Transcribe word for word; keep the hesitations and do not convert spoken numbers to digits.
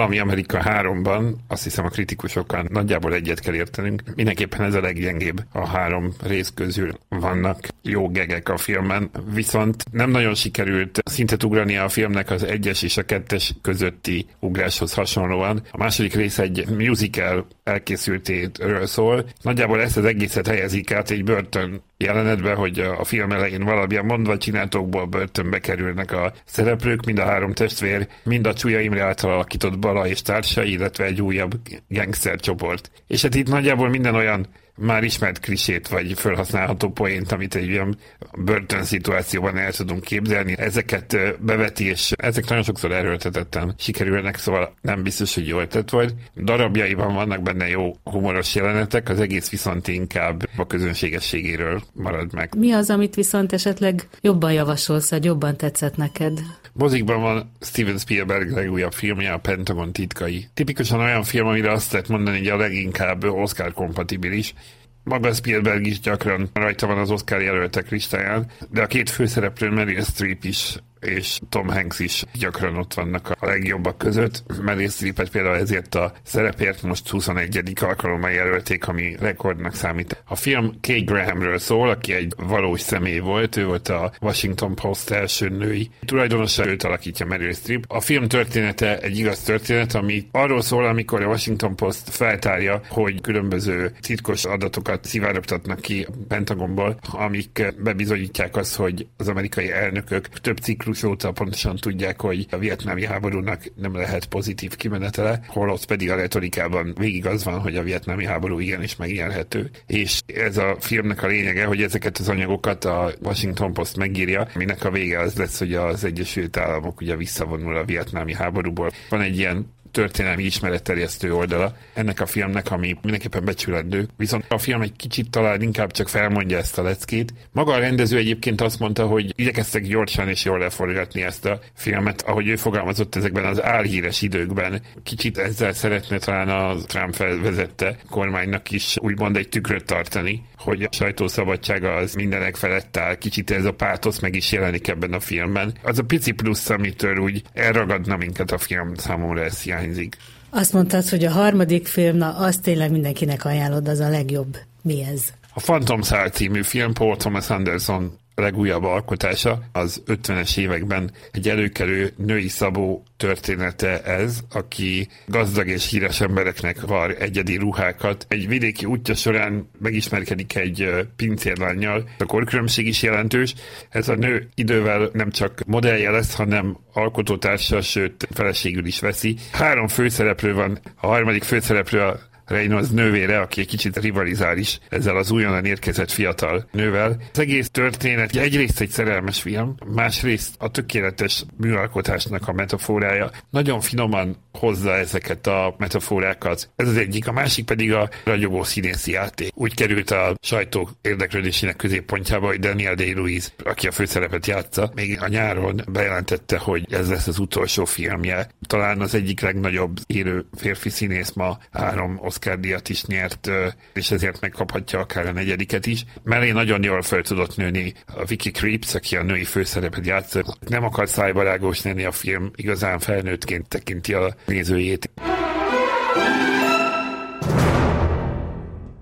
Valami Amerika háromban, azt hiszem a kritikusokkal nagyjából egyet kell értenünk, mindenképpen ez a leggyengébb a három rész közül. Vannak jó gegek a filmen, viszont nem nagyon sikerült szintet ugrani a filmnek az egyes és a kettes közötti ugráshoz hasonlóan. A második rész egy musical elkészültéről szól. Nagyjából ezt az egészet helyezik át egy börtön jelenetben, hogy a film elején valamilyen mondva csináltókból börtönbe kerülnek a szereplők, mind a három testvér, mind a Csúlya Imre által alakított Bala és társai, illetve egy újabb gangster csoport. És hát itt nagyjából minden olyan már ismert klisét, vagy felhasználható poént, amit egy olyan börtön szituációban el tudunk képzelni. Ezeket beveti, és ezek nagyon sokszor erőltetetten sikerülnek, szóval nem biztos, hogy jól tett volt. Darabjaiban vannak benne jó humoros jelenetek, az egész viszont inkább a közönségességéről marad meg. Mi az, amit viszont esetleg jobban javasolsz, vagy jobban tetszett neked? Mozikban van Steven Spielberg legújabb filmje, a Pentagon titkai. Tipikusan olyan film, amire azt lehet mondani, hogy a leginkább Oscar-kompatibilis. Maga Spielberg is gyakran rajta van az Oscar jelöltek listáján, de a két főszereplő, Meryl Streep is és Tom Hanks is gyakran ott vannak a legjobbak között. Meryl Streepet például ezért a szerepért most huszonegyedik alkalommal jelölték, ami rekordnak számít. A film Kay Grahamről szól, aki egy valós személy volt, ő volt a Washington Post első női tulajdonosa, őt alakítja Meryl Streep. A film története egy igaz történet, ami arról szól, amikor a Washington Post feltárja, hogy különböző titkos adatokat szivárogtatnak ki a Pentagonból, amik bebizonyítják azt, hogy az amerikai elnökök több ciklus óta pontosan tudják, hogy a vietnámi háborúnak nem lehet pozitív kimenetele, holott pedig a retorikában végig az van, hogy a vietnámi háború igenis megélhető. És ez a filmnek a lényege, hogy ezeket az anyagokat a Washington Post megírja, aminek a vége az lesz, hogy az Egyesült Államok ugye visszavonul a vietnámi háborúból. Van egy ilyen történelmi ismeretterjesztő oldala ennek a filmnek, ami mindenképpen becsülető. Viszont a film egy kicsit talán inkább csak felmondja ezt a leckét. Maga a rendező egyébként azt mondta, hogy igyekeztek gyorsan és jól leforgatni ezt a filmet, ahogy ő fogalmazott ezekben az álhíres időkben. Kicsit ezzel szeretne talán a Trump felvezette kormánynak is úgymond egy tükröt tartani, hogy a sajtószabadsága az mindenek felett áll. Kicsit ez a pátosz meg is jelenik ebben a filmben. Az a pici plusz, amitől úgy elragadna minket a film, számomra ez hiányzik. Azt mondtad, hogy a harmadik film, na azt tényleg mindenkinek ajánlod, az a legjobb. Mi ez? A Phantom Thread című film, Paul Thomas Anderson legújabb alkotása, az ötvenes években egy előkelő női szabó története ez, aki gazdag és híres embereknek var egyedi ruhákat. Egy vidéki útja során megismerkedik egy pincérlánnyal. A korkülönbség is jelentős. Ez a nő idővel nem csak modellje lesz, hanem alkotótársa, sőt feleségül is veszi. Három főszereplő van. A harmadik főszereplő a Reynolds nővére, aki egy kicsit rivalizál is ezzel az újonnan érkezett fiatal nővel. Az egész történet egyrészt egy szerelmes film, másrészt a tökéletes műalkotásnak a metaforája. Nagyon finoman hozza ezeket a metaforákat. Ez az egyik, a másik pedig a ragyogó színészi játék. Úgy került a sajtó érdeklődésének középpontjába, hogy Daniel Day-Lewis, aki a főszerepet játsza, még a nyáron bejelentette, hogy ez lesz az utolsó filmje. Talán az egyik legnagyobb élő férfi színész, ma három Oscar-díjat is nyert, és ezért megkaphatja akár a negyediket is. Mellé nagyon jól fel tudott nőni a Vicky Krieps, aki a női főszerepet játsza. Nem akar szájbarágos lenni a film, igazán felnőttként tekinti a nézőjét.